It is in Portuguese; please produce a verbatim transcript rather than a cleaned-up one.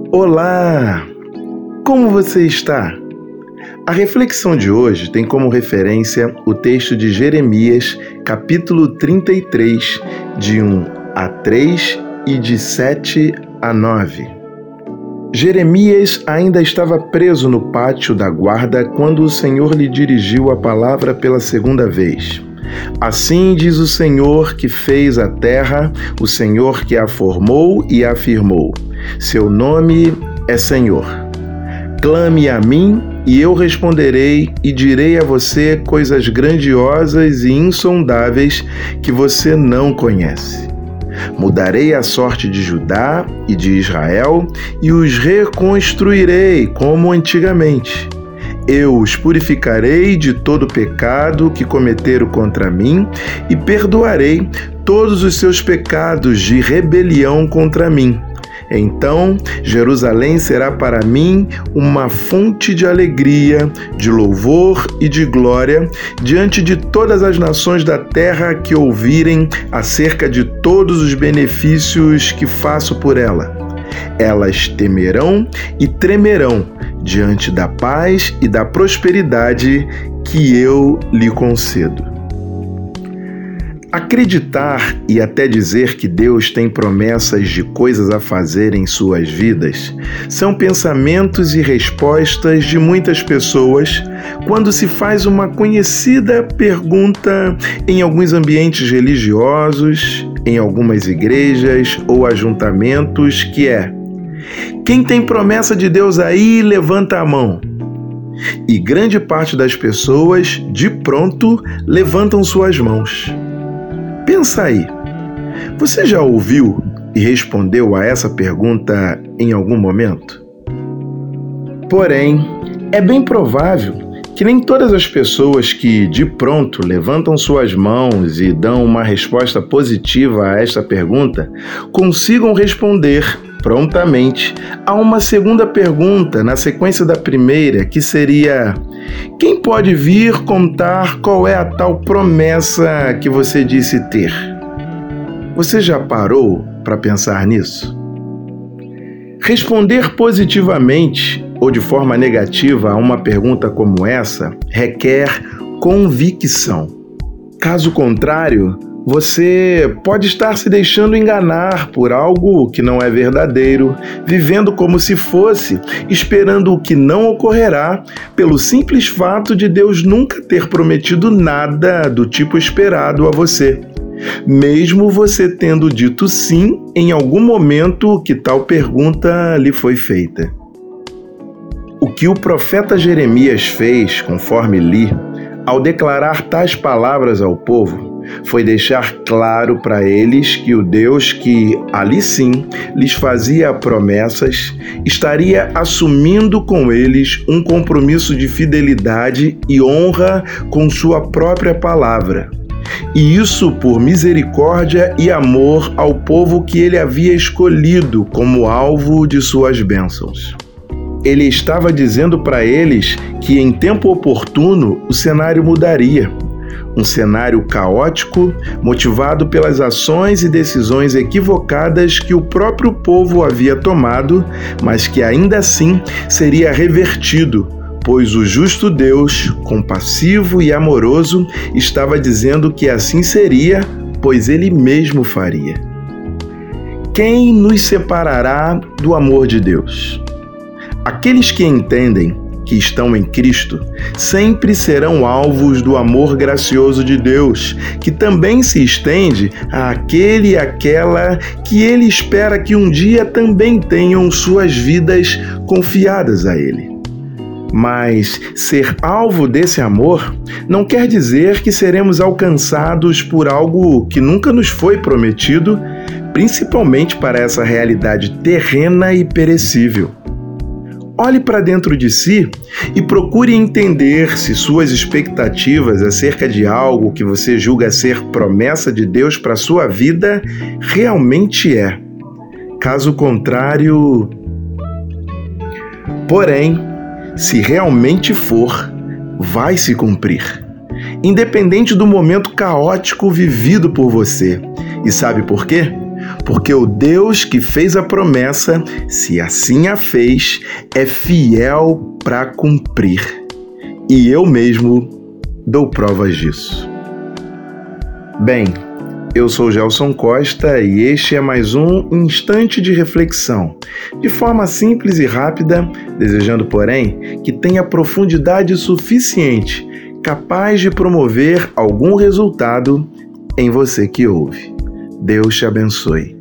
Olá! Como você está? A reflexão de hoje tem como referência o texto de Jeremias, capítulo trinta e três, de um a três e de sete a nove. Jeremias ainda estava preso no pátio da guarda quando o Senhor lhe dirigiu a palavra pela segunda vez. Assim diz o Senhor que fez a terra, o Senhor que a formou e a firmou. Seu nome é Senhor. Clame a mim e eu responderei e direi a você coisas grandiosas e insondáveis que você não conhece. Mudarei a sorte de Judá e de Israel e os reconstruirei como antigamente. Eu os purificarei de todo pecado que cometeram contra mim e perdoarei todos os seus pecados de rebelião contra mim. Então, Jerusalém será para mim uma fonte de alegria, de louvor e de glória diante de todas as nações da terra que ouvirem acerca de todos os benefícios que faço por ela. Elas temerão e tremerão diante da paz e da prosperidade que eu lhe concedo. Acreditar e até dizer que Deus tem promessas de coisas a fazer em suas vidas são pensamentos e respostas de muitas pessoas quando se faz uma conhecida pergunta em alguns ambientes religiosos, em algumas igrejas ou ajuntamentos, que é: quem tem promessa de Deus aí, levanta a mão. E grande parte das pessoas, de pronto, levantam suas mãos. Pensa aí, você já ouviu e respondeu a essa pergunta em algum momento? Porém, é bem provável que nem todas as pessoas que, de pronto, levantam suas mãos e dão uma resposta positiva a esta pergunta consigam responder prontamente a uma segunda pergunta na sequência da primeira, que seria: quem pode vir contar qual é a tal promessa que você disse ter? Você já parou para pensar nisso? Responder positivamente ou de forma negativa a uma pergunta como essa requer convicção. Caso contrário, você pode estar se deixando enganar por algo que não é verdadeiro, vivendo como se fosse, esperando o que não ocorrerá, pelo simples fato de Deus nunca ter prometido nada do tipo esperado a você, mesmo você tendo dito sim em algum momento que tal pergunta lhe foi feita. O que o profeta Jeremias fez, conforme li, ao declarar tais palavras ao povo, foi deixar claro para eles que o Deus que, ali sim, lhes fazia promessas, estaria assumindo com eles um compromisso de fidelidade e honra com sua própria palavra. E isso por misericórdia e amor ao povo que ele havia escolhido como alvo de suas bênçãos. Ele estava dizendo para eles que, em tempo oportuno, o cenário mudaria. Um cenário caótico, motivado pelas ações e decisões equivocadas que o próprio povo havia tomado, mas que ainda assim seria revertido, pois o justo Deus, compassivo e amoroso, estava dizendo que assim seria, pois Ele mesmo faria. Quem nos separará do amor de Deus? Aqueles que entendem que estão em Cristo sempre serão alvos do amor gracioso de Deus, que também se estende àquele e àquela que Ele espera que um dia também tenham suas vidas confiadas a Ele. Mas ser alvo desse amor não quer dizer que seremos alcançados por algo que nunca nos foi prometido, principalmente para essa realidade terrena e perecível. Olhe para dentro de si e procure entender se suas expectativas acerca de algo que você julga ser promessa de Deus para a sua vida realmente é. Caso contrário... Porém, se realmente for, vai se cumprir, independente do momento caótico vivido por você. E sabe por quê? porque o Deus que fez a promessa, se assim a fez, é fiel para cumprir. E eu mesmo dou provas disso. Bem, eu sou Gelson Costa e este é mais um Instante de Reflexão, de forma simples e rápida, desejando, porém, que tenha profundidade suficiente, capaz de promover algum resultado em você que ouve. Deus te abençoe.